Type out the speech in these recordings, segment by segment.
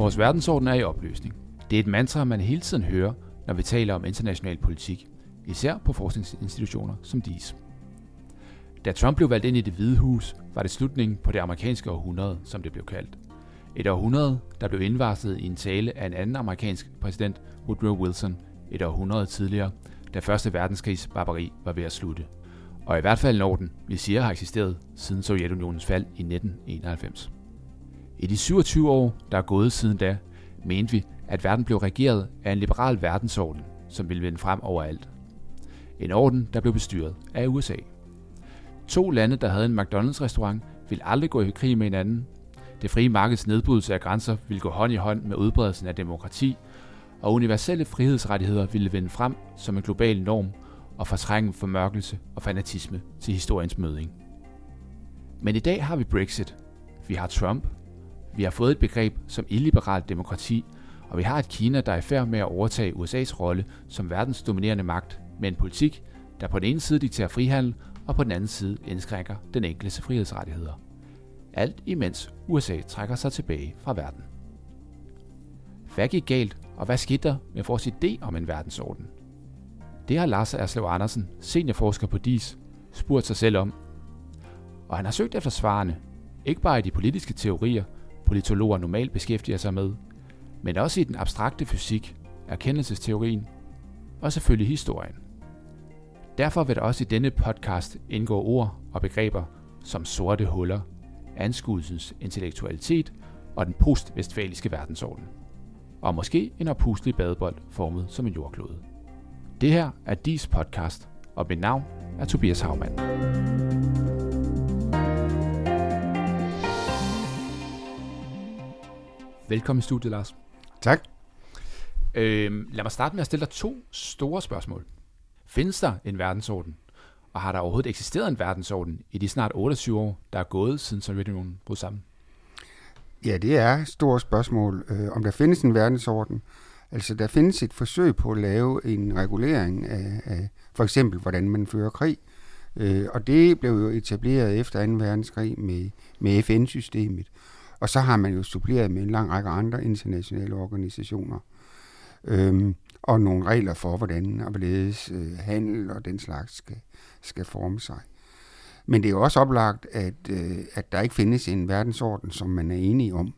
Vores verdensorden er i opløsning. Det er et mantra, man hele tiden hører, når vi taler om international politik, især på forskningsinstitutioner som DIIS. Da Trump blev valgt ind i Det Hvide Hus, var det slutningen på det amerikanske århundrede, som det blev kaldt. Et århundrede, der blev indvarslet i en tale af en anden amerikansk præsident, Woodrow Wilson, et århundrede tidligere, da Første Verdenskrigs barbari var ved at slutte. Og i hvert fald en orden, vi siger har eksisteret siden Sovjetunionens fald i 1991. I de 27 år, der er gået siden da, mente vi, at verden blev regeret af en liberal verdensorden, som ville vinde frem overalt. En orden, der blev bestyret af USA. 2 lande, der havde en McDonald's-restaurant, ville aldrig gå i krig med hinanden. Det frie markeds nedbrydelse af grænser ville gå hånd i hånd med udbredelsen af demokrati, og universelle frihedsrettigheder ville vinde frem som en global norm og fortrænge formørkelse og fanatisme til historiens møding. Men i dag har vi Brexit, vi har Trump, vi har fået et begreb som illiberalt demokrati, og vi har et Kina, der er i færd med at overtage USA's rolle som verdens dominerende magt med en politik, der på den ene side dikterer frihandel, og på den anden side indskrænker den enkeltes frihedsrettigheder. Alt imens USA trækker sig tilbage fra verden. Hvad gik galt, og hvad skete der med vores idé om en verdensorden? Det har Lars Erslev Andersen, seniorforsker på DIIS, spurgt sig selv om. Og han har søgt efter svarene, ikke bare i de politiske teorier, politologer normalt beskæftiger sig med, men også i den abstrakte fysik, erkendelsesteorien og selvfølgelig historien. Derfor vil der også i denne podcast indgå ord og begreber som sorte huller, anskuelsens intellektualitet og den postvestfaliske verdensorden. Og måske en oppustelig badebold formet som en jordklode. Det her er DIIS podcast, og mit navn er Tobias Haumann. Velkommen i studiet, Lars. Tak. Lad mig starte med at stille dig 2 store spørgsmål. Findes der en verdensorden? Og har der overhovedet eksisteret en verdensorden i de snart 28 år, der er gået siden Sovjetunionen brød sammen? Ja, det er et stort spørgsmål, om der findes en verdensorden. Altså, der findes et forsøg på at lave en regulering af for eksempel, hvordan man fører krig. Og det blev jo etableret efter 2. verdenskrig med FN-systemet. Og så har man jo suppleret med en lang række andre internationale organisationer. Og nogle regler for, hvordan og hvorledes handel og den slags skal forme sig. Men det er jo også oplagt, at der ikke findes en verdensorden, som man er enige om.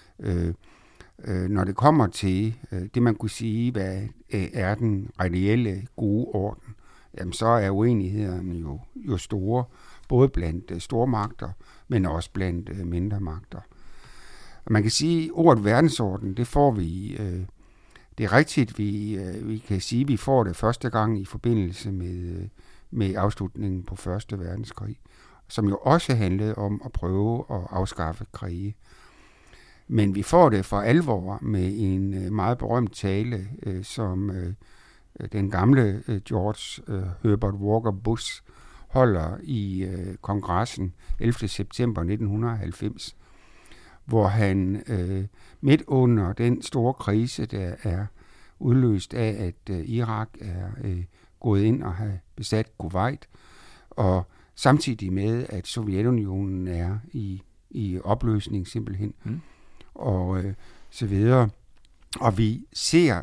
Når det kommer til det, man kunne sige, hvad er den reelle gode orden, jamen så er uenighederne jo store, både blandt stormagter, men også blandt mindre magter. Og man kan sige, at ordet verdensorden, det får vi. Det er rigtigt, vi kan sige, at vi får det første gang i forbindelse med afslutningen på 1. verdenskrig, som jo også handlede om at prøve at afskaffe krige. Men vi får det for alvor med en meget berømt tale, som den gamle George Herbert Walker Bush holder i kongressen 11. september 1990, hvor han midt under den store krise, der er udløst af, at Irak er gået ind og har besat Kuwait, og samtidig med, at Sovjetunionen er i opløsning simpelthen, og så videre. Og vi ser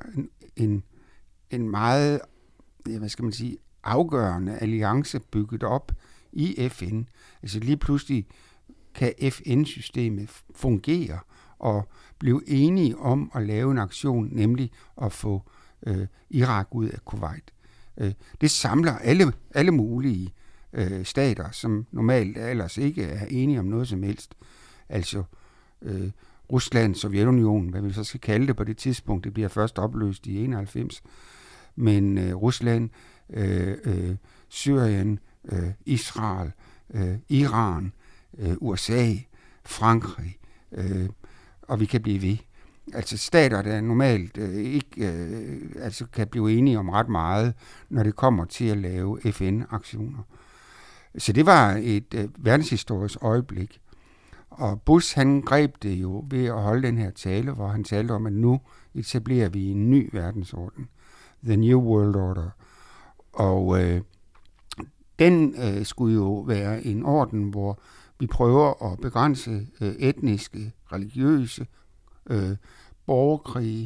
en meget, hvad skal man sige, afgørende alliance bygget op i FN. Altså lige pludselig kan FN-systemet fungere og blive enige om at lave en aktion, nemlig at få Irak ud af Kuwait. Det samler alle mulige stater, som normalt ellers ikke er enige om noget som helst. Altså Rusland, Sovjetunionen, hvad vi så skal kalde det på det tidspunkt, det bliver først opløst i 91, men Rusland, Syrien, Israel, Iran, USA, Frankrig, og vi kan blive ved. Altså stater, der normalt ikke kan blive enige om ret meget, når det kommer til at lave FN-aktioner. Så det var et verdenshistorisk øjeblik. Og Bush, han greb det jo ved at holde den her tale, hvor han talte om, at nu etablerer vi en ny verdensorden. The New World Order. Og den skulle jo være en orden, hvor vi prøver at begrænse etniske, religiøse, borgerkrige,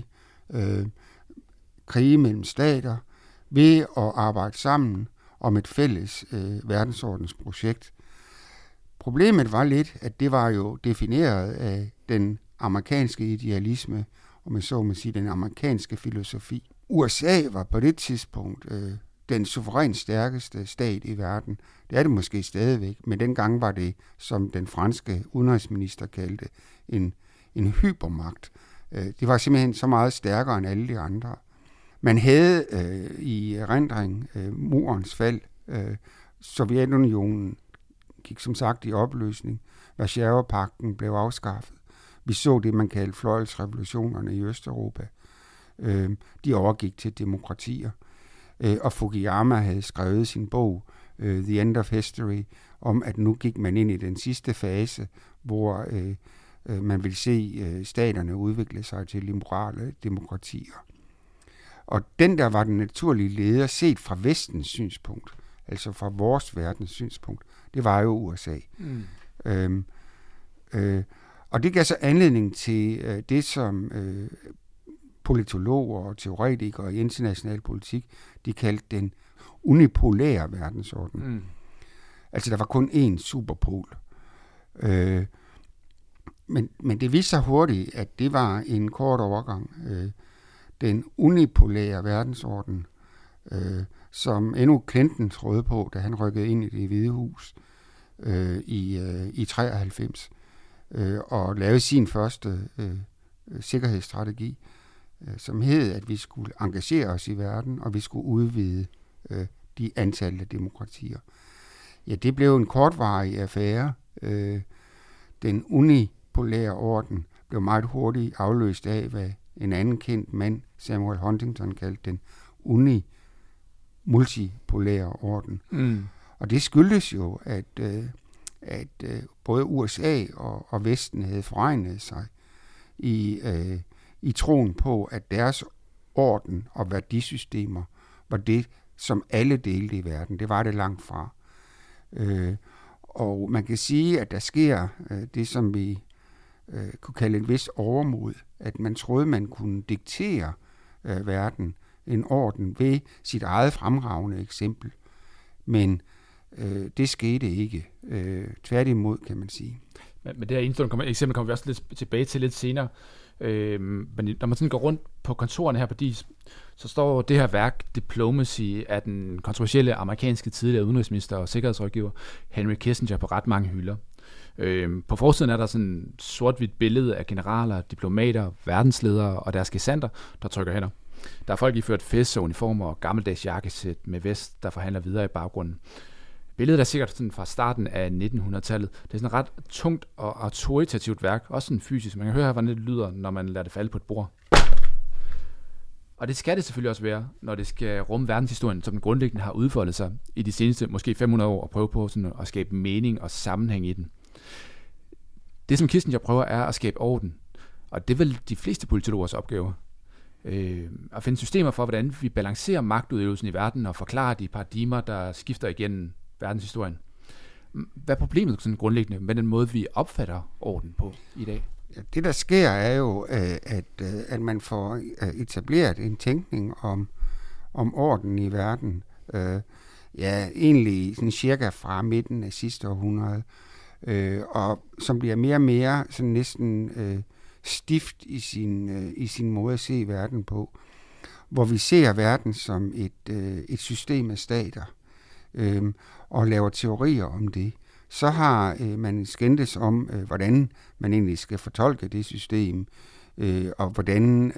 krige mellem stater, ved at arbejde sammen om et fælles verdensordensprojekt. Problemet var lidt, at det var jo defineret af den amerikanske idealisme, og man så må sige den amerikanske filosofi. USA var på det tidspunkt den suverænt stærkeste stat i verden. Det er det måske stadigvæk, men dengang var det, som den franske udenrigsminister kaldte, en hypermagt. Det var simpelthen så meget stærkere end alle de andre. Man havde i erindring murens fald. Sovjetunionen gik som sagt i opløsning. Warszawapagten blev afskaffet. Vi så det, man kaldte fløjelsrevolutionerne i Østeuropa. De overgik til demokratier. Og Fukuyama havde skrevet sin bog, The End of History, om at nu gik man ind i den sidste fase, hvor man ville se staterne udvikle sig til liberale demokratier. Og den der var den naturlige leder, set fra vestens synspunkt, altså fra vores verdens synspunkt, det var jo USA. Og det gav så anledning til det, som politologer og teoretikere i international politik, de kaldte den unipolære verdensorden. Altså der var kun én superpol. Men det viste sig hurtigt, at det var en kort overgang. Den unipolære verdensorden, som endnu Clinton troede på, da han rykkede ind i Det Hvide Hus i 93, og lavede sin første sikkerhedsstrategi, som hed, at vi skulle engagere os i verden, og vi skulle udvide de antal af demokratier. Ja, det blev en kortvarig affære. Den unipolære orden blev meget hurtigt afløst af, hvad en anden kendt mand, Samuel Huntington, kaldte den multipolære orden. Og det skyldtes jo, at både USA og Vesten havde foregnet sig i troen på, at deres orden og værdisystemer var det, som alle delte i verden. Det var det langt fra. Og man kan sige, at der sker det, som vi kunne kalde en vis overmod, at man troede, man kunne diktere verden, en orden ved sit eget fremragende eksempel. Men det skete ikke. Tværtimod, kan man sige. Men det her eksempel kommer vi også lidt tilbage til lidt senere. Men når man sådan går rundt på kontorerne her på DIIS, så står det her værk Diplomacy af den kontroversielle amerikanske tidligere udenrigsminister og sikkerhedsrådgiver Henry Kissinger på ret mange hylder. På forsiden er der sådan et sort-hvidt billede af generaler, diplomater, verdensledere og deres gesandter, der trykker hænder. Der er folk iført fest og uniformer og gammeldags jakkesæt med vest, der forhandler videre i baggrunden. Billedet er sikkert sådan fra starten af 1900-tallet. Det er sådan et ret tungt og autoritativt værk, også sådan fysisk. Man kan høre her, hvordan det lyder, når man lader det falde på et bord. Og det skal det selvfølgelig også være, når det skal rumme verdenshistorien, som den grundlæggende har udfoldet sig i de seneste måske 500 år, og prøve på sådan at skabe mening og sammenhæng i den. Det, som Kissinger prøver, er at skabe orden. Og det er vel de fleste politologers opgaver. At finde systemer for, hvordan vi balancerer magtudøvelsen i verden og forklare de paradigmer, der skifter igennem verdenshistorien. Hvad er problemet sådan grundlæggende med den måde, vi opfatter orden på i dag? Ja, det, der sker, er jo, at man får etableret en tænkning om orden i verden. Egentlig sådan cirka fra midten af sidste århundrede, og som bliver mere og mere sådan næsten stift i sin måde at se verden på, hvor vi ser verden som et system af stater, og laver teorier om det. Så har man skændtes om, hvordan man egentlig skal fortolke det system, og hvordan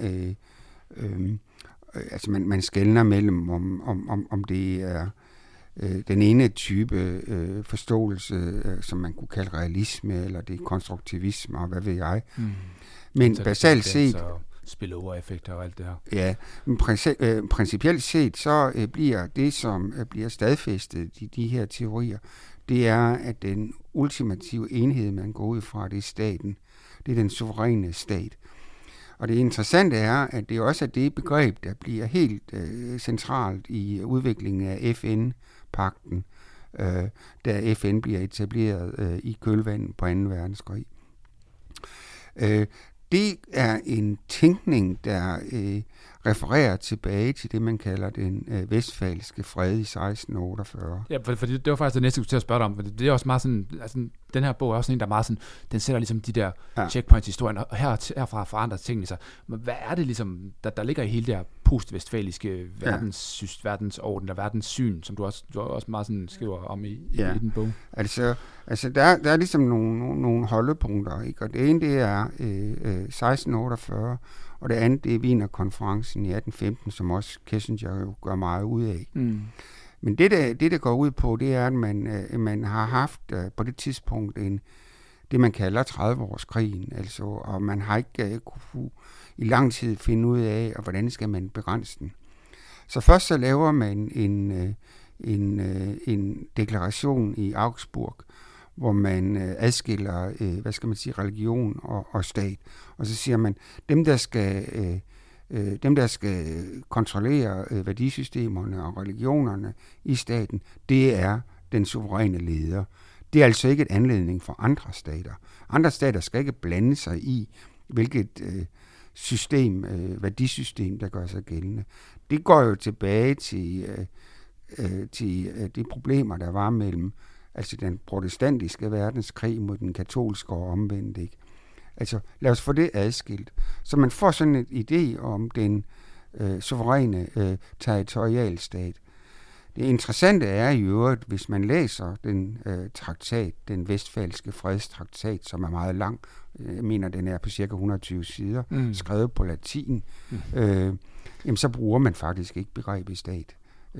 altså man skelner mellem, om det er den ene type forståelse, som man kunne kalde realisme, eller det er konstruktivisme, og hvad ved jeg. Men basalt set... spillover-effekter og alt det her. Ja, men principielt set, så bliver det, som bliver stadfæstet i de her teorier, det er, at den ultimative enhed, man går ud fra, det er staten. Det er den suveræne stat. Og det interessante er, at det også er det begreb, der bliver helt centralt i udviklingen af FN-pagten, da FN bliver etableret i kølvandet på 2. verdenskrig. det er en tænkning, der refererer tilbage til det, man kalder den vestfalske fred i 1648. Ja, for det var faktisk det næste, jeg skulle til at spørge dig om. For det er også meget sådan, altså, den her bog er også sådan en, der er meget sådan, den sætter ligesom de der checkpoints i historien, og herfra forandrer tingene sig. Men hvad er det ligesom, der ligger i hele det her postvestfaliske verdensorden, eller verdenssyn, som du også meget sådan skriver om i den bog? Altså der er ligesom nogle holdepunkter, ikke? Og det ene, det er 1648, og det andet, det er Wienerkonferencen i 1815, som også Kissinger jo gør meget ud af. Mm. Men det går ud på, det er, at man har haft på det tidspunkt det, man kalder 30-årskrigen, altså, og man har ikke kunne i lang tid finde ud af, og hvordan skal man begrænse den. Så først så laver man en deklaration i Augsburg, hvor man adskiller, religion og stat. Og så siger man, dem der skal kontrollere værdisystemerne og religionerne i staten, det er den suveræne leder. Det er altså ikke et anledning for andre stater. Andre stater skal ikke blande sig i, hvilket værdisystem, der gør sig gældende. Det går jo tilbage til de problemer, der var mellem altså den protestantiske verdenskrig mod den katolske og omvendt, ikke? Altså, lad os få det adskilt. Så man får sådan en idé om den suveræne territorialstat. Det interessante er i øvrigt, hvis man læser den traktat, den vestfalske fredstraktat, som er meget lang, jeg mener, den er på cirka 120 sider, skrevet på latin, jamen, så bruger man faktisk ikke begrebet stat.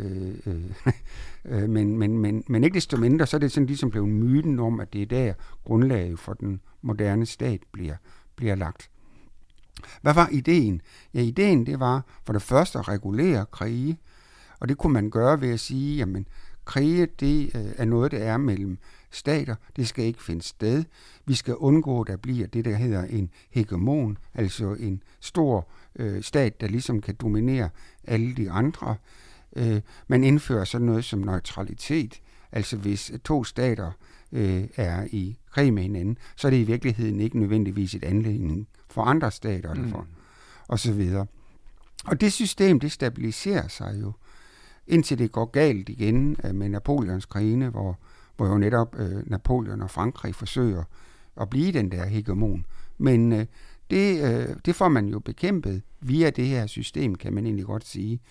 Men ikke desto mindre, så er det sådan ligesom blevet myten om, at det er der grundlaget for den moderne stat bliver lagt. Hvad var ideen? Ja, ideen det var for det første at regulere krige, og det kunne man gøre ved at sige, jamen krige det er noget, der er mellem stater, det skal ikke finde sted. Vi skal undgå, at der bliver det, der hedder en hegemon, altså en stor stat, der ligesom kan dominere alle de andre. Man indfører sådan noget som neutralitet, altså hvis to stater er i krig med hinanden, så er det i virkeligheden ikke nødvendigvis et anledning for andre stater, eller for, og så videre. Og det system, det stabiliserer sig jo, indtil det går galt igen med Napoleons krigene, hvor jo netop Napoleon og Frankrig forsøger at blive den der hegemon. Men det får man jo bekæmpet via det her system, kan man egentlig godt sige.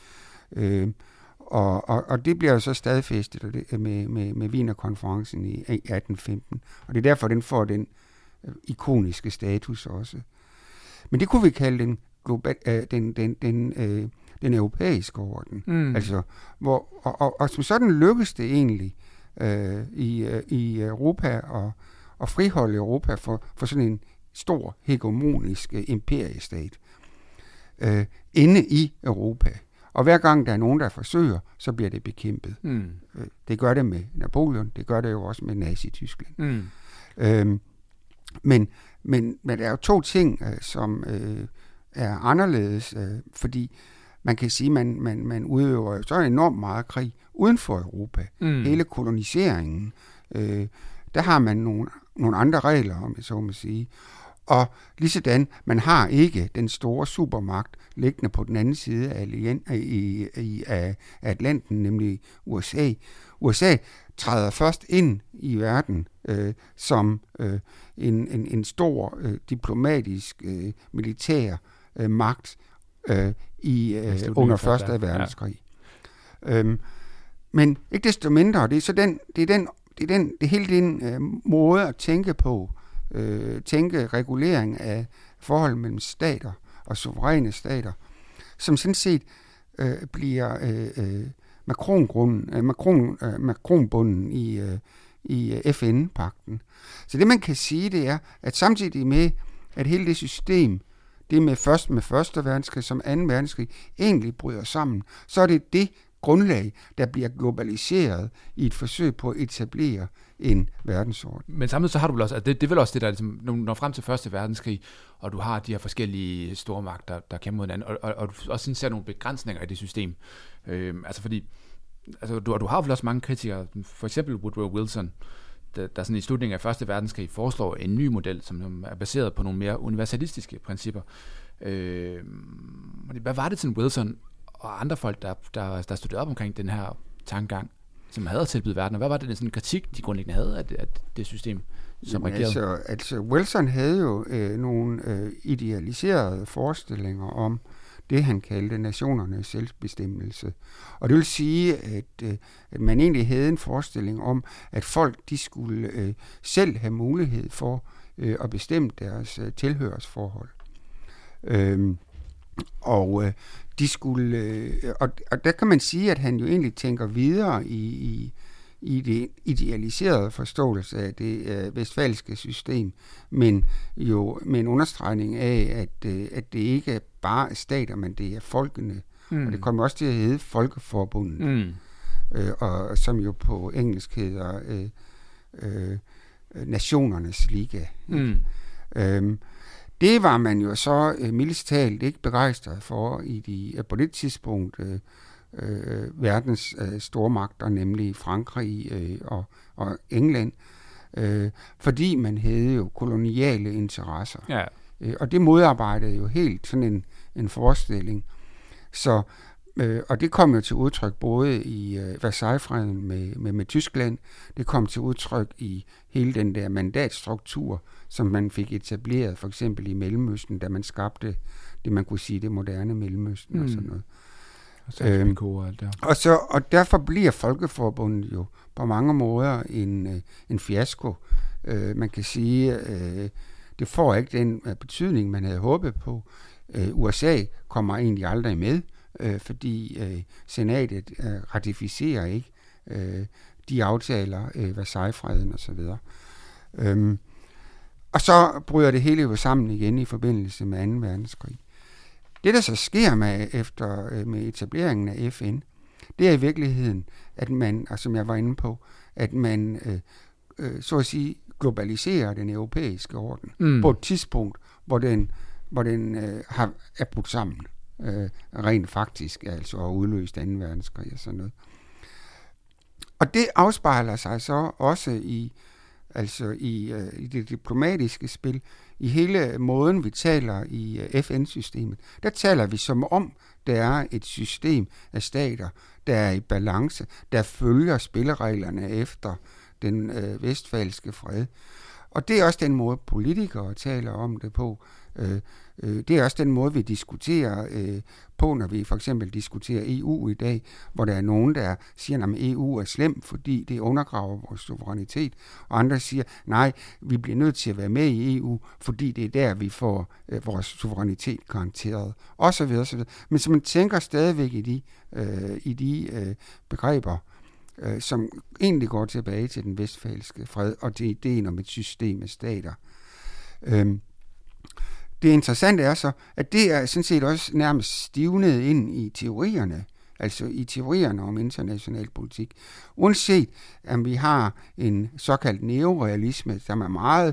Og det bliver jo så stadfæstet med Wienerkonferencen i 1815. Og det er derfor, den får den ikoniske status også. Men det kunne vi kalde den europæiske orden. Altså, og som sådan lykkes det egentlig i Europa og friholde Europa for sådan en stor hegemonisk imperiestat inde i Europa. Og hver gang der er nogen, der forsøger, så bliver det bekæmpet. Det gør det med Napoleon, det gør det jo også med Nazi-Tyskland. Men der er jo to ting, som er anderledes, fordi man kan sige, man udøver så enormt meget krig uden for Europa. Hele koloniseringen, der har man nogle andre regler, om jeg så må sige. Og ligesådan, man har ikke den store supermagt liggende på den anden side af Atlanten, nemlig USA. USA træder først ind i verden som en stor diplomatisk militær magt under Første Verdenskrig. Ja. Men ikke desto mindre, det er hele den måde at tænke på, tænke regulering af forhold mellem stater og suveræne stater, som sådan set bliver makronbunden i FN-pakten. Så det man kan sige, det er, at samtidig med, at hele det system, det med første verdenskrig som anden verdenskrig, egentlig bryder sammen, så er det grundlag, der bliver globaliseret i et forsøg på at etablere en verdensorden. Men samtidig så har du vel også, altså det er vel også det, der ligesom, når frem til Første Verdenskrig, og du har de her forskellige stormagter, der kæmper mod hinanden, og du også ser nogle begrænsninger i det system. Altså fordi, altså du har vel også mange kritikere, for eksempel Woodrow Wilson, der sådan i slutningen af 1. verdenskrig foreslår en ny model, som er baseret på nogle mere universalistiske principper. Hvad var det til Wilson og andre folk, der studerede op omkring den her tankegang, som havde tilbydet verden, og hvad var det sådan en kritik, de grundlæggende havde af det system, som regerede? Altså Wilson havde jo nogle idealiserede forestillinger om det, han kaldte nationernes selvbestemmelse. Og det vil sige, at man egentlig havde en forestilling om, at folk de skulle selv have mulighed for at bestemme deres tilhørsforhold. De skulle, og der kan man sige, at han jo egentlig tænker videre i det idealiserede forståelse af det vestfalske system, men jo med en understregning af, at det ikke bare er stater, men det er folkene. Og det kommer også til at hedde Folkeforbundet, og som jo på engelsk hedder Nationernes Liga. Det var man jo så mildest talt ikke begejstret for på det tidspunkt verdens stormagter, nemlig Frankrig og England, fordi man havde jo koloniale interesser. Ja. Og det modarbejdede jo helt sådan en forestilling. Så, og det kom jo til udtryk både i Versailles-freden med Tyskland, det kom til udtryk i hele den der mandatstruktur, som man fik etableret, for eksempel i Mellemøsten, da man skabte det, man kunne sige, det moderne Mellemøsten og sådan noget. Og derfor bliver Folkeforbundet jo på mange måder en fiasko. Man kan sige, det får ikke den betydning, man havde håbet på. USA kommer egentlig aldrig med, fordi senatet ratificerer ikke de aftaler, Versailles-freden osv. Og så bryder det hele jo sammen igen i forbindelse med 2. verdenskrig. Det, der så sker med etableringen af FN, det er i virkeligheden, at man, og som jeg var inde på, at man så at sige globaliserer den europæiske orden på et tidspunkt, hvor den er brudt sammen. Rent faktisk, altså og udløst 2. verdenskrig og sådan noget. Og det afspejler sig så også i det diplomatiske spil, i hele måden, vi taler i FN-systemet. Der taler vi som om, der er et system af stater, der er i balance, der følger spillereglerne efter den vestfalske fred. Og det er også den måde, politikere taler om det på. Det er også den måde, vi diskuterer på, når vi for eksempel diskuterer EU i dag, hvor der er nogen, der siger, at EU er slemt, fordi det undergraver vores suverænitet, og andre siger, nej, vi bliver nødt til at være med i EU, fordi det er der, vi får vores suverænitet garanteret, osv. osv. Men så man tænker stadigvæk i de begreber, som egentlig går tilbage til den vestfalske fred, og til ideen om et system af stater. Det interessante er så, at det er sådan set også nærmest stivnet ind i teorierne, altså i teorierne om international politik. Uanset om vi har en såkaldt neorealisme, som er meget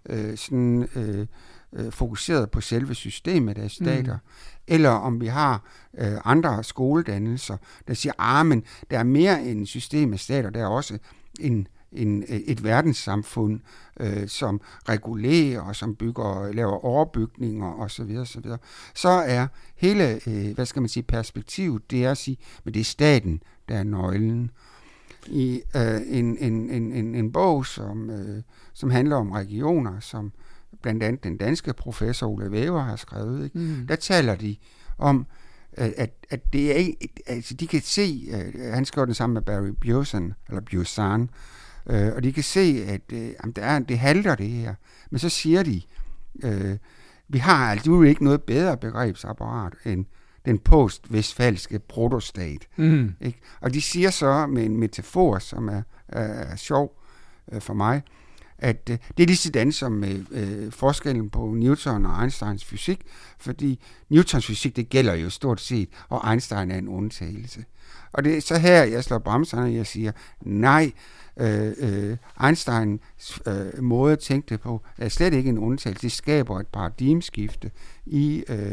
fokuseret på selve systemet af stater, eller om vi har andre skoledannelser, der siger, men der er mere end et system af stater, der er også et verdenssamfund, som regulerer og som laver overbygninger osv. Så er hele, perspektivet, det er at sige, men det er staten, der er nøglen. I en bog, som handler om regioner, som blandt andet den danske professor Ole Wever har skrevet, ikke? Der taler de om, at det er, altså de kan se, han skrev den sammen med Barry Busan, og de kan se, at det halter det her. Men så siger de, vi har altså ikke noget bedre begrebsapparat end den post-vestfalske protostat. Ikke? Og de siger så med en metafor, som er sjov for mig, at det er lige sådan som med forskellen på Newton og Einsteins fysik, fordi Newtons fysik, det gælder jo stort set, og Einstein er en undtagelse. Og det er så her, jeg slår bremserne, og jeg siger, nej, Einsteins måde at tænke det på, er slet ikke en undtagelse. Det skaber et paradigmeskifte i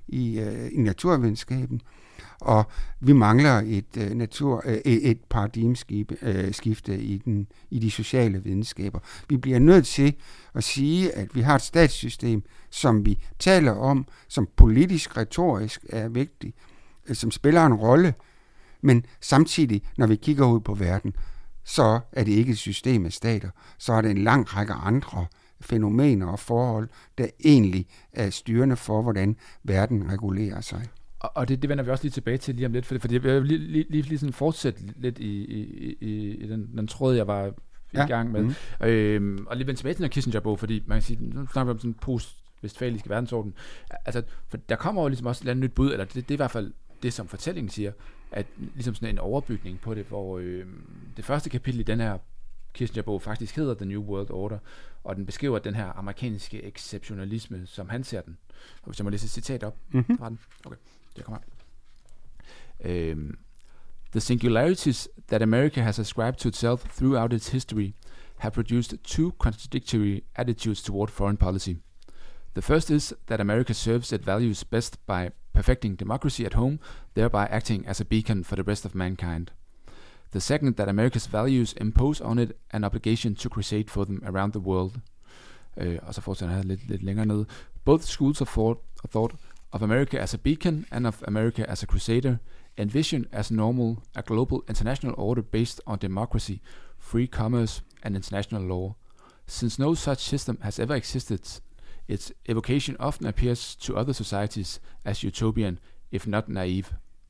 i naturvidenskaben, og vi mangler et paradigmeskifte i de sociale videnskaber. Vi bliver nødt til at sige, at vi har et statssystem, som vi taler om, som politisk, retorisk er vigtigt, som spiller en rolle, men samtidig, når vi kigger ud på verden, så er det ikke et system af stater, så er det en lang række andre fænomener og forhold, der egentlig er styrende for, hvordan verden regulerer sig. Og det vender vi også lige tilbage til lige om lidt, fordi jeg vil lige sådan fortsætte lidt i den tråd, jeg var i gang med. Og lige vende tilbage til den her Kissinger-bog, fordi man kan sige, nu snakker vi om sådan en post-vestfaliske verdensorden. Altså, for der kommer jo ligesom også et eller andet nyt bud, eller det er i hvert fald det, som fortællingen siger, at ligesom sådan en overbygning på det, hvor det første kapitel i den her Kissinger-bog faktisk hedder The New World Order, og den beskriver den her amerikanske exceptionalisme, som han ser den. Og hvis jeg må læse et citat op fra den. Okay, det kommer her. The singularities that America has ascribed to itself throughout its history have produced two contradictory attitudes toward foreign policy. The first is that America serves its values best by perfecting democracy at home, thereby acting as a beacon for the rest of mankind. The second, that America's values impose on it an obligation to crusade for them around the world. Og så fortsætter han lidt længere ned. Both schools of thought of America as a beacon and of America as a crusader envision as normal a global international order based on democracy, free commerce and international law. Since no such system has ever existed, its evocation often appears to other societies as utopian, if not naive.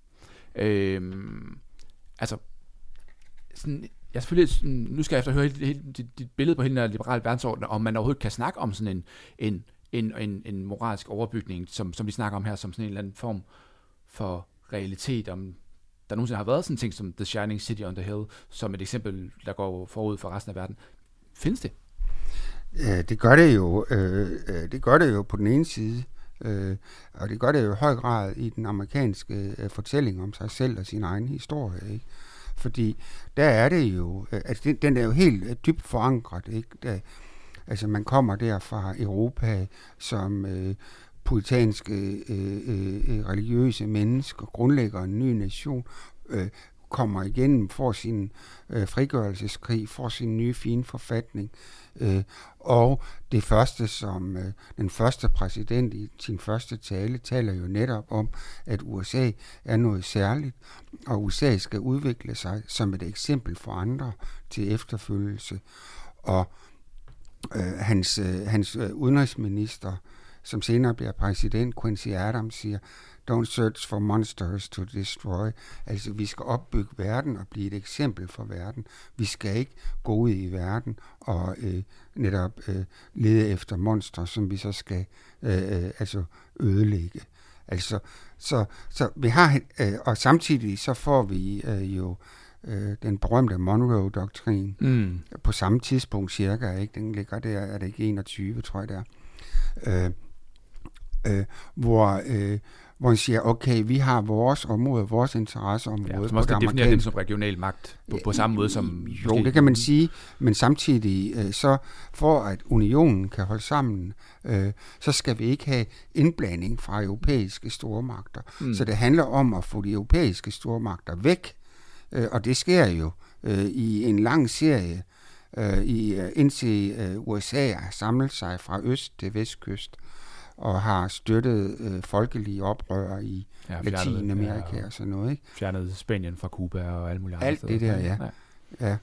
Altså, sådan, jeg selvfølgelig nu skal jeg efter høre hele dit billede på hele den liberale verdensorden, om man overhovedet kan snakke om sådan en moralsk overbygning, som vi snakker om her, som sådan en eller anden form for realitet, om der nogensinde har været sådan en ting som The Shining City on the Hill, som et eksempel, der går forud for resten af verden. Findes det? Ja, det gør det jo. Det gør det jo på den ene side, og det gør det jo i høj grad i den amerikanske fortælling om sig selv og sin egen historie, ikke? Fordi der er det jo, altså den er jo helt dybt forankret, ikke? Altså man kommer der fra Europa som puritanske religiøse mennesker, grundlægger en ny nation, kommer igennem, får sin frigørelseskrig, får sin nye fine forfatning, og det første, som den første præsident i sin første tale taler jo netop om, at USA er noget særligt, og USA skal udvikle sig som et eksempel for andre til efterfølgelse. Og hans udenrigsminister, som senere bliver præsident, Quincy Adams, siger, don't search for monsters to destroy. Altså, vi skal opbygge verden og blive et eksempel for verden. Vi skal ikke gå ud i verden og netop lede efter monstre, som vi så skal ødelægge. Altså, så vi har, og samtidig så får vi jo den berømte Monroe-doktrin på samme tidspunkt cirka, ikke? Den ligger der, er det ikke 21, tror jeg det er, hvor han siger, okay, vi har vores område, vores interesseområde. Ja, som også kan definere den som regional magt, på samme måde som... Jo, det kan man sige, men samtidig, så for at unionen kan holde sammen, så skal vi ikke have indblanding fra europæiske stormagter. Så det handler om at få de europæiske stormagter væk, og det sker jo i en lang serie, indtil USA har samlet sig fra øst til vestkyst, og har støttet folkelige oprør i Latinamerika og sådan noget, ikke? Fjernet Spanien fra Cuba og alle mulige andre alt steder. Det der,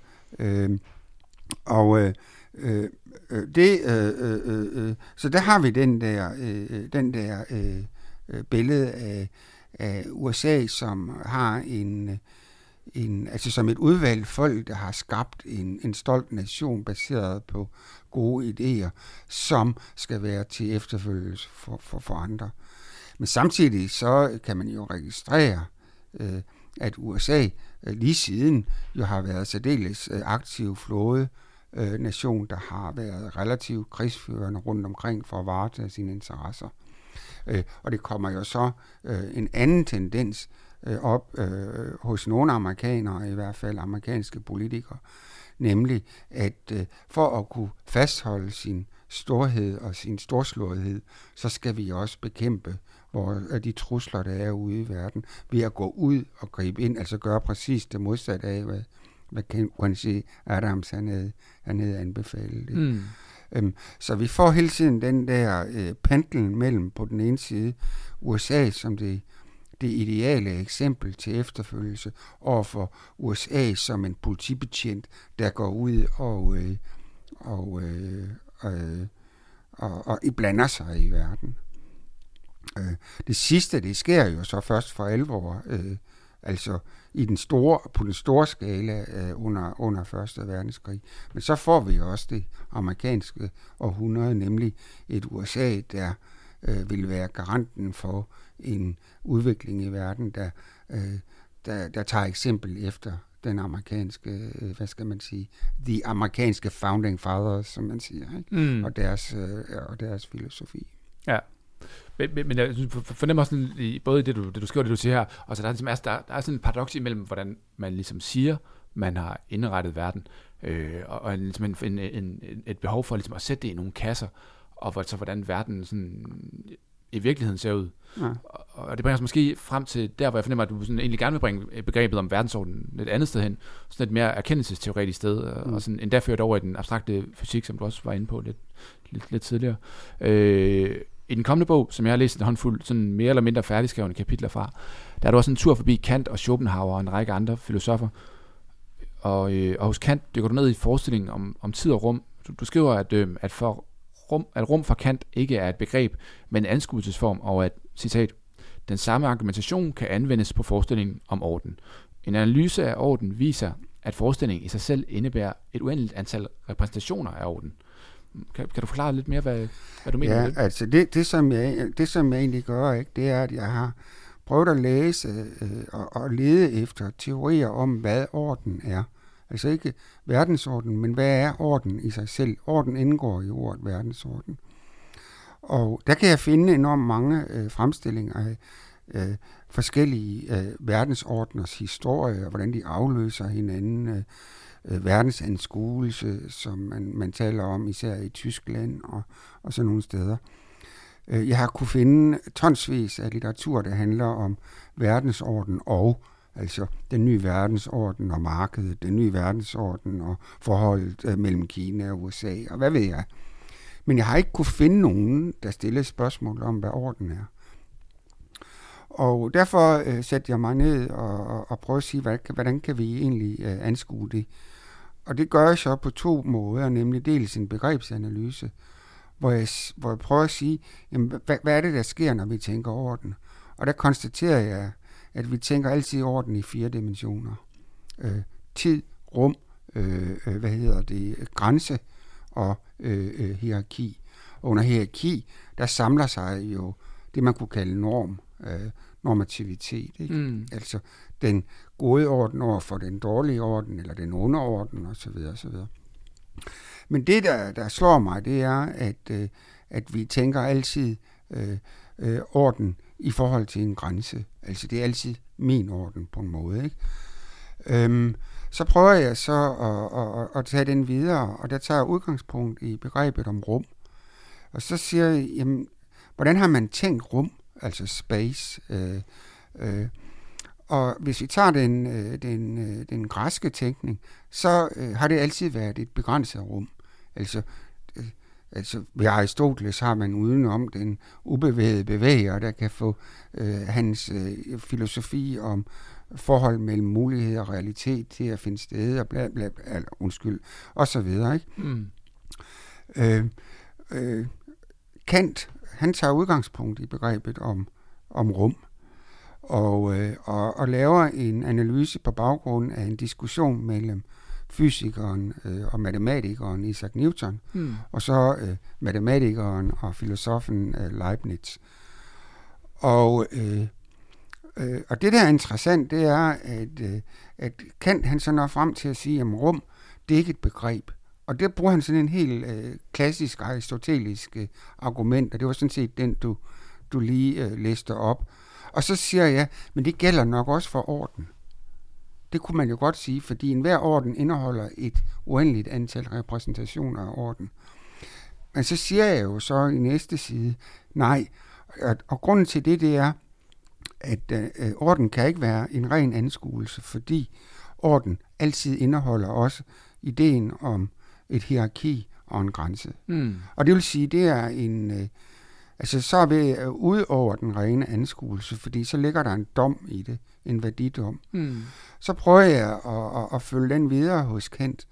ja. Så der har vi den der billede af USA, som har altså som et udvalgt folk, der har skabt en stolt nation baseret på gode idéer, som skal være til efterfølgelse for andre. Men samtidig så kan man jo registrere, at USA lige siden jo har været særdeles aktiv flåde nation, der har været relativt krigsførende rundt omkring for at varetage sine interesser. Og det kommer jo så en anden tendens op hos nogle amerikanere, i hvert fald amerikanske politikere, nemlig at for at kunne fastholde sin storhed og sin storslåethed, så skal vi også bekæmpe af de trusler, der er ude i verden, ved at gå ud og gribe ind, altså gøre præcis det modsatte af, hvad Quincy Adams han havde anbefalet. Så vi får hele tiden den der pendlen mellem på den ene side USA som det ideale eksempel til efterfølgelse, overfor USA som en politibetjent, der går ud og blander sig i verden. Det sidste, det sker jo så først for alvor, altså på den store skala under 1. verdenskrig. Men så får vi jo også det amerikanske århundrede, nemlig et USA, der vil være garanten for en udvikling i verden, der tager eksempel efter den amerikanske, de amerikanske founding fathers, som man siger, ikke? Og deres filosofi. Ja. Men jeg fornemmer også både det du skriver, det du siger her, og så der er sådan en paradoks imellem, hvordan man ligesom siger, man har indrettet verden, og ligesom et behov for ligesom at sætte det i nogle kasser, og så hvordan verden sådan i virkeligheden ser ud. Ja. Og det bringer os måske frem til der, hvor jeg fornemmer, at du sådan egentlig gerne vil bringe begrebet om verdensordenen et andet sted hen, sådan et mere erkendelsesteoretisk sted, og sådan endda ført over i den abstrakte fysik, som du også var inde på lidt tidligere. I den kommende bog, som jeg har læst en håndfuld sådan mere eller mindre færdigskrevne kapitler fra, der er du også en tur forbi Kant og Schopenhauer og en række andre filosofer. Og hos Kant dykker du ned i forestillingen om tid og rum. Du skriver, at rum for Kant ikke er et begreb, men en anskuelsesform, og at, citat, den samme argumentation kan anvendes på forestillingen om orden. En analyse af orden viser, at forestillingen i sig selv indebærer et uendeligt antal repræsentationer af orden. Kan du forklare lidt mere, hvad du mener med det? Ja, altså det som jeg egentlig gør, ikke, det er, at jeg har prøvet at læse og lede efter teorier om, hvad orden er. Altså ikke verdensorden, men hvad er orden i sig selv? Orden indgår i ordet verdensorden. Og der kan jeg finde enormt mange fremstillinger af forskellige verdensordners historie, og hvordan de afløser hinanden. Verdensanskuelse, som man taler om, især i Tyskland og sådan nogle steder. Jeg har kunne finde tonsvis af litteratur, der handler om verdensorden altså den nye verdensorden og markedet, den nye verdensorden og forholdet mellem Kina og USA, og hvad ved jeg. Men jeg har ikke kunne finde nogen, der stiller spørgsmål om, hvad orden er. Og derfor satte jeg mig ned og prøvede at sige, hvordan kan vi egentlig anskue det. Og det gør jeg så på 2 måder, nemlig dels en begrebsanalyse, hvor jeg prøver at sige, jamen, hvad er det, der sker, når vi tænker orden? Og der konstaterer jeg, at vi tænker altid orden i 4 dimensioner. Tid, rum, grænse og hierarki. Og under hierarki, der samler sig jo det, man kunne kalde normativitet. Ikke? Altså den gode orden over for den dårlige orden, eller den underorden, osv. osv. Men det, der slår mig, det er, at vi tænker altid orden i forhold til en grænse. Altså det er altid min orden på en måde. Ikke? Så prøver jeg så at tage den videre, og der tager jeg udgangspunkt i begrebet om rum. Og så siger jeg, jamen, hvordan har man tænkt rum, altså space? Og hvis vi tager den græske tænkning, så har det altid været et begrænset rum. Altså ved Aristoteles har man udenom den ubevægede bevæger, der kan få hans filosofi om forhold mellem mulighed og realitet til at finde sted, og bla bla bla, og så videre, ikke? Kant, han tager udgangspunkt i begrebet om rum, og laver en analyse på baggrund af en diskussion mellem fysikeren og matematikeren Isaac Newton, og så matematikeren og filosofen Leibniz. Og det, der er interessant, det er, at Kant han så når frem til at sige, at rum, det er ikke et begreb. Og der bruger han sådan en helt klassisk aristotelisk argument, og det var sådan set den, du lige læste op. Og så siger jeg, men det gælder nok også for orden. Det kunne man jo godt sige, fordi enhver orden indeholder et uendeligt antal repræsentationer af orden. Men så siger jeg jo så i næste side, nej, Og grunden til det er, at orden kan ikke være en ren anskuelse, fordi orden altid indeholder også ideen om et hierarki og en grænse. Og det vil sige, det er en... så er vi ude over den rene anskuelse, fordi så ligger der en dom i det, en værdidom. Så prøver jeg at følge den videre hos Kant,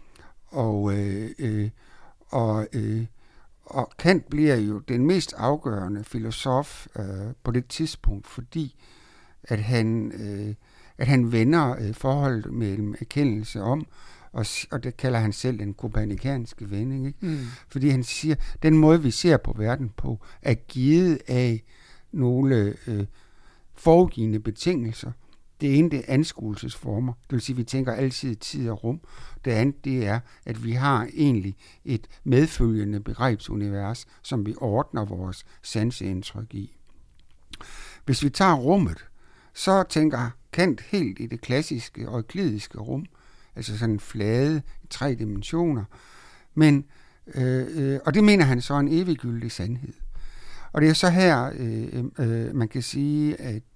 og Kant bliver jo den mest afgørende filosof på det tidspunkt, fordi at han vender forholdet mellem erkendelse om, og det kalder han selv den kopernikanske vending, ikke? Fordi han siger, den måde vi ser på verden på, er givet af nogle foregivende betingelser. Det ene, det er anskuelsesformer. Det vil sige, at vi tænker altid tid og rum. Det andet, det er, at vi har egentlig et medfølgende begrebsunivers, som vi ordner vores sanseindtryk i. Hvis vi tager rummet, så tænker Kant helt i det klassiske euklidiske rum, altså sådan en flade i 3 dimensioner. Men, og det mener han så en eviggyldig sandhed. Og det er så her, man kan sige,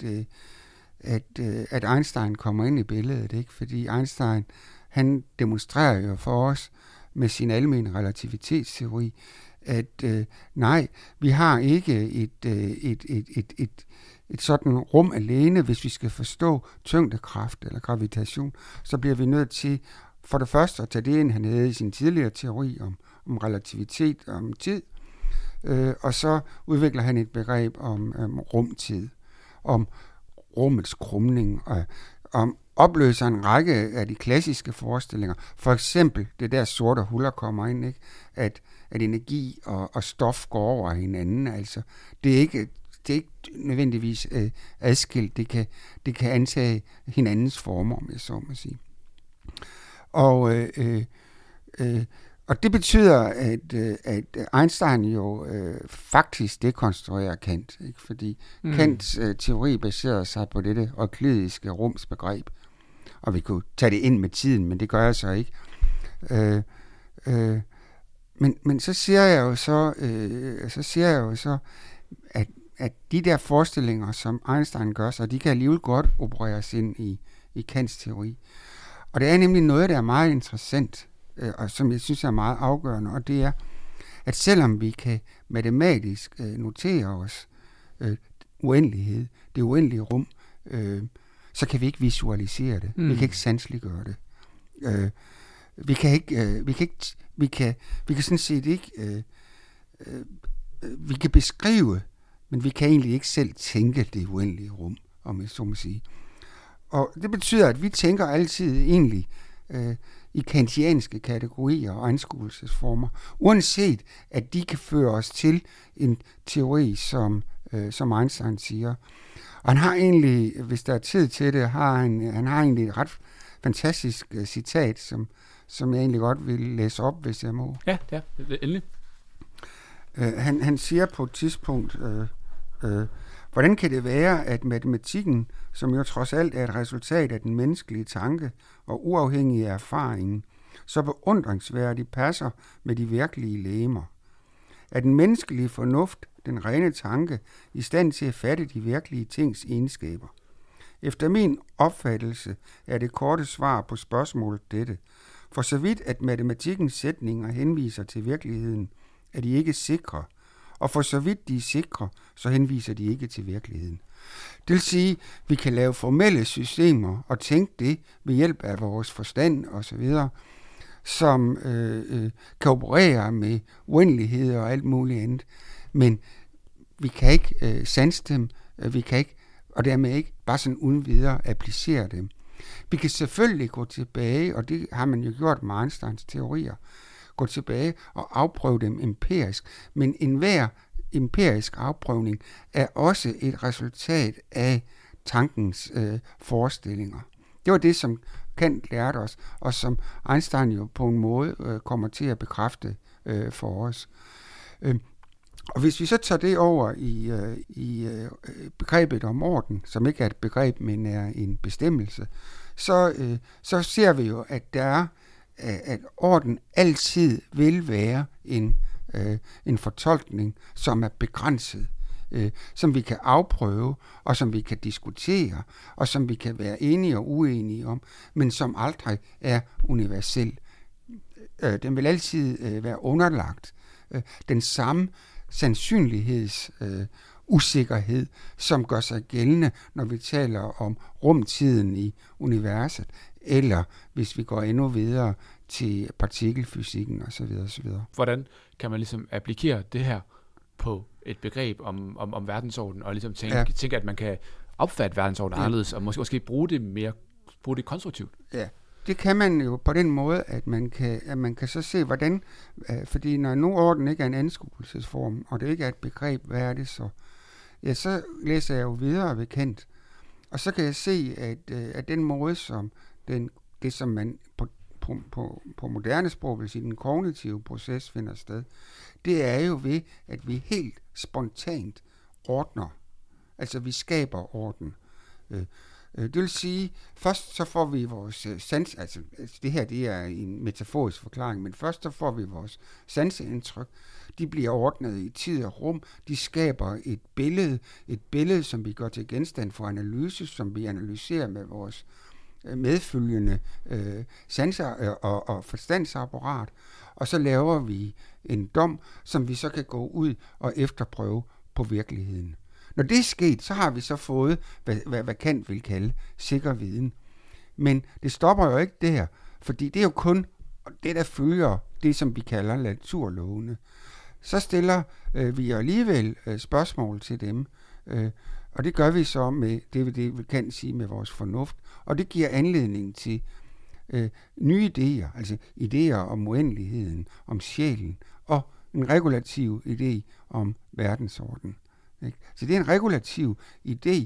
at Einstein kommer ind i billedet, ikke? Fordi Einstein, han demonstrerer jo for os med sin almene relativitetsteori, at nej, vi har ikke et sådan rum alene. Hvis vi skal forstå tyngdekraft eller gravitation, så bliver vi nødt til for det første at tage det ind, han havde i sin tidligere teori om relativitet og om tid, og så udvikler han et begreb om rumtid, om rummets krumning, og om opløser en række af de klassiske forestillinger. For eksempel det der sorte huller kommer ind, ikke? At energi og stof går over hinanden. Altså, det er ikke nødvendigvis adskilt. Det kan antage hinandens former, om jeg så må sige. Og det betyder, at Einstein jo faktisk dekonstruerer Kant, ikke? Fordi Kants teori baserer sig på dette euklidiske rumsbegreb. Og vi kunne tage det ind med tiden, men det gør jeg så ikke. Men så siger jeg jo så, at de der forestillinger, som Einstein gør sig, de kan alligevel godt opereres ind i Kants teori. Og det er nemlig noget, der er meget interessant, og som jeg synes er meget afgørende, og det er, at selvom vi kan matematisk notere os uendelighed, det uendelige rum, så kan vi ikke visualisere det. Vi kan ikke sanseliggøre det. Vi kan sådan set ikke vi kan beskrive, men vi kan egentlig ikke selv tænke det uendelige rum, om jeg så må sige. Og det betyder, at vi tænker altid egentlig i kantianske kategorier og anskuelsesformer, uanset at de kan føre os til en teori, som Einstein siger. Og han har egentlig, hvis der er tid til det, han har egentlig et ret fantastisk citat, som jeg egentlig godt vil læse op, hvis jeg må. Ja, endelig. Han siger på et tidspunkt, hvordan kan det være, at matematikken, som jo trods alt er et resultat af den menneskelige tanke og uafhængig af erfaringen, så beundringsværdigt passer med de virkelige legemer? Er den menneskelige fornuft, den rene tanke, i stand til at fatte de virkelige tings egenskaber? Efter min opfattelse er det korte svar på spørgsmålet dette. For så vidt at matematikkens sætninger henviser til virkeligheden, er de ikke sikre, og for så vidt de er sikre, så henviser de ikke til virkeligheden. Det vil sige, at vi kan lave formelle systemer og tænke det ved hjælp af vores forstand osv., som kan operere med uendelighed og alt muligt andet, men vi kan ikke sanse dem, vi kan ikke, og dermed ikke bare sådan uden videre applicere dem. Vi kan selvfølgelig gå tilbage, og det har man jo gjort med Einsteins teorier, gå tilbage og afprøve dem empirisk, men enhver empirisk afprøvning er også et resultat af tankens forestillinger. Det var det, som Kant lærte os, og som Einstein jo på en måde kommer til at bekræfte for os. Og hvis vi så tager det over i begrebet om orden, som ikke er et begreb, men er en bestemmelse, så ser vi jo, at at orden altid vil være en fortolkning, som er begrænset som vi kan afprøve, og som vi kan diskutere, og som vi kan være enige og uenige om, men som aldrig er universel. Den vil altid være underlagt den samme sandsynlighedsusikkerhed, som gør sig gældende, når vi taler om rumtiden i universet, eller hvis vi går endnu videre til partikelfysikken osv. osv. Hvordan kan man ligesom applikere det her på et begreb om verdensorden, og ligesom tænke, at man kan opfatte verdensordenen anderledes, og måske bruge det konstruktivt? Ja. Det kan man jo på den måde, at man kan så se, hvordan, fordi når nu orden ikke er en anskuelsesform, og det ikke er et begreb, hvad er det så? Ja, så læser jeg jo videre ved Kant, og så kan jeg se, at den måde, som det som man på moderne sprog vil sige, den kognitive proces finder sted, det er jo ved, at vi helt spontant ordner. Altså vi skaber orden. Det vil sige, først så får vi vores sans, altså det her det er en metaforisk forklaring, men først så får vi vores sanseindtryk. De bliver ordnet i tid og rum. De skaber et billede, som vi gør til genstand for analyse, som vi analyserer med vores medfølgende sanser og forstandsapparat, og så laver vi en dom, som vi så kan gå ud og efterprøve på virkeligheden. Når det er sket, så har vi så fået, hvad Kant vil kalde sikker viden. Men det stopper jo ikke der, fordi det er jo kun det, der følger det, som vi kalder naturlovene. Så stiller vi alligevel spørgsmål til dem, og det gør vi så med det, vi kan sige med vores fornuft, og det giver anledning til nye idéer, altså idéer om uendeligheden, om sjælen, og en regulativ idé om verdensorden. Ikke? Så det er en regulativ idé.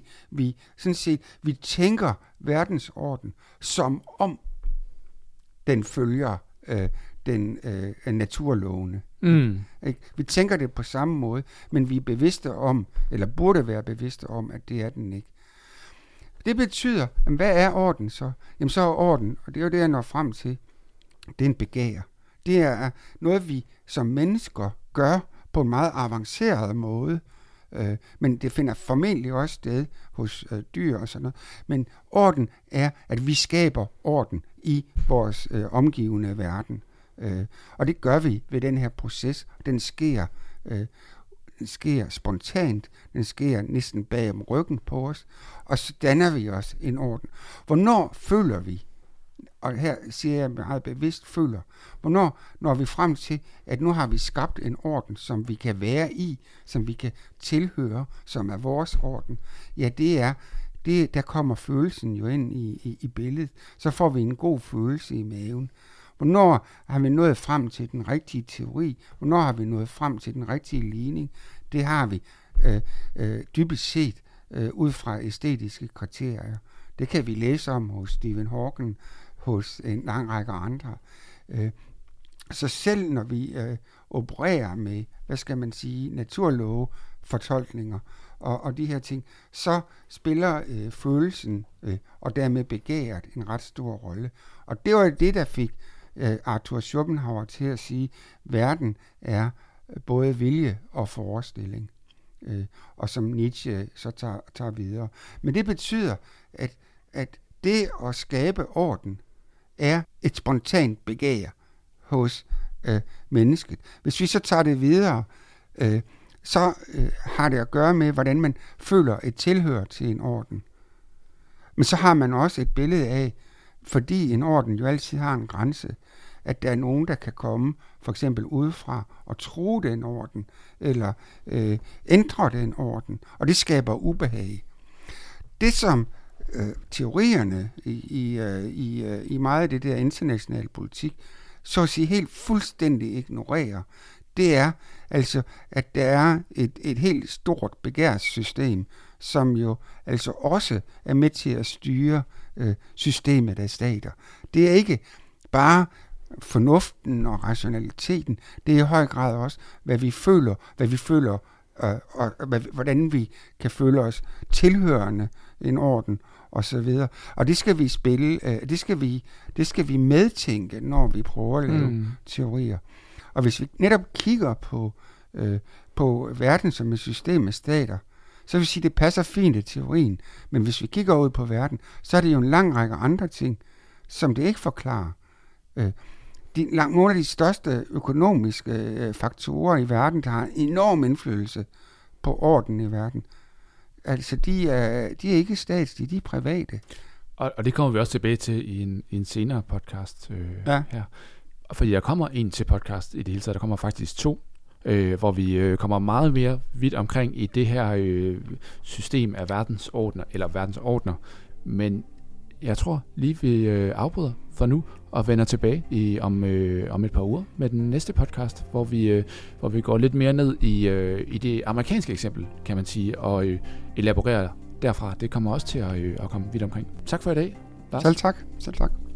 Vi tænker verdensorden, som om den følger den naturlovene. Ikke? Vi tænker det på samme måde, men vi er bevidste om, eller burde være bevidste om, at det er den ikke. Det betyder, hvad er orden så? Jamen så er orden, og det er jo det, jeg når frem til, det er en begær. Det er noget, vi som mennesker gør på en meget avanceret måde, men det finder formentlig også sted hos dyr og sådan noget. Men orden er, at vi skaber orden i vores omgivende verden. Og det gør vi ved den her proces. Den sker spontant, den sker næsten bag om ryggen på os, og så danner vi os en orden. Hvornår føler vi, og her siger jeg meget bevidst føler, hvornår når vi frem til, at nu har vi skabt en orden, som vi kan være i, som vi kan tilhøre, som er vores orden. Ja, der kommer følelsen jo ind i billedet. Så får vi en god følelse i maven. Hvornår har vi nået frem til den rigtige teori? Hvornår har vi nået frem til den rigtige ligning? Det har vi dybest set ud fra æstetiske kriterier. Det kan vi læse om hos Stephen Hawking, hos en lang række andre. Så selv når vi opererer med, naturlove, fortolkninger og de her ting, så spiller følelsen og dermed begæret en ret stor rolle. Og det var det, der fik Arthur Schopenhauer til at sige, at verden er både vilje og forestilling. Og som Nietzsche så tager videre. Men det betyder, at det at skabe orden er et spontant begær hos mennesket. Hvis vi så tager det videre, så har det at gøre med, hvordan man føler et tilhør til en orden. Men så har man også et billede af, fordi en orden jo altid har en grænse, at der er nogen, der kan komme for eksempel udefra og true den orden, eller ændre den orden, og det skaber ubehag. Det som teorierne i meget af det der internationale politik, så at sige helt fuldstændig ignorerer, det er altså, at der er et helt stort begærssystem, som jo altså også er med til at styre systemet af stater. Det er ikke bare fornuften og rationaliteten, det er i høj grad også, hvad vi føler, og hvordan vi kan føle os tilhørende en orden og så videre. Og det skal vi det skal vi medtænke, når vi prøver at lave teorier. Og hvis vi netop kigger på på verden som et system af stater, så vil sige, at det passer fint i teorien. Men hvis vi kigger ud på verden, så er det jo en lang række andre ting, som det ikke forklarer. Nogle af de største økonomiske faktorer i verden, der har enorm indflydelse på orden i verden, altså de er ikke statslige, de er private. Og det kommer vi også tilbage til i en senere podcast her. Fordi der kommer en til podcast i det hele taget, der kommer faktisk 2, hvor vi kommer meget mere vidt omkring i det her system af verdensordner. Men jeg tror lige vi afbryder for nu og vender tilbage om et par uger med den næste podcast, hvor vi går lidt mere ned i det amerikanske eksempel, kan man sige, og elaborerer derfra. Det kommer også til at komme vidt omkring. Tak for i dag, Lars. Selv tak.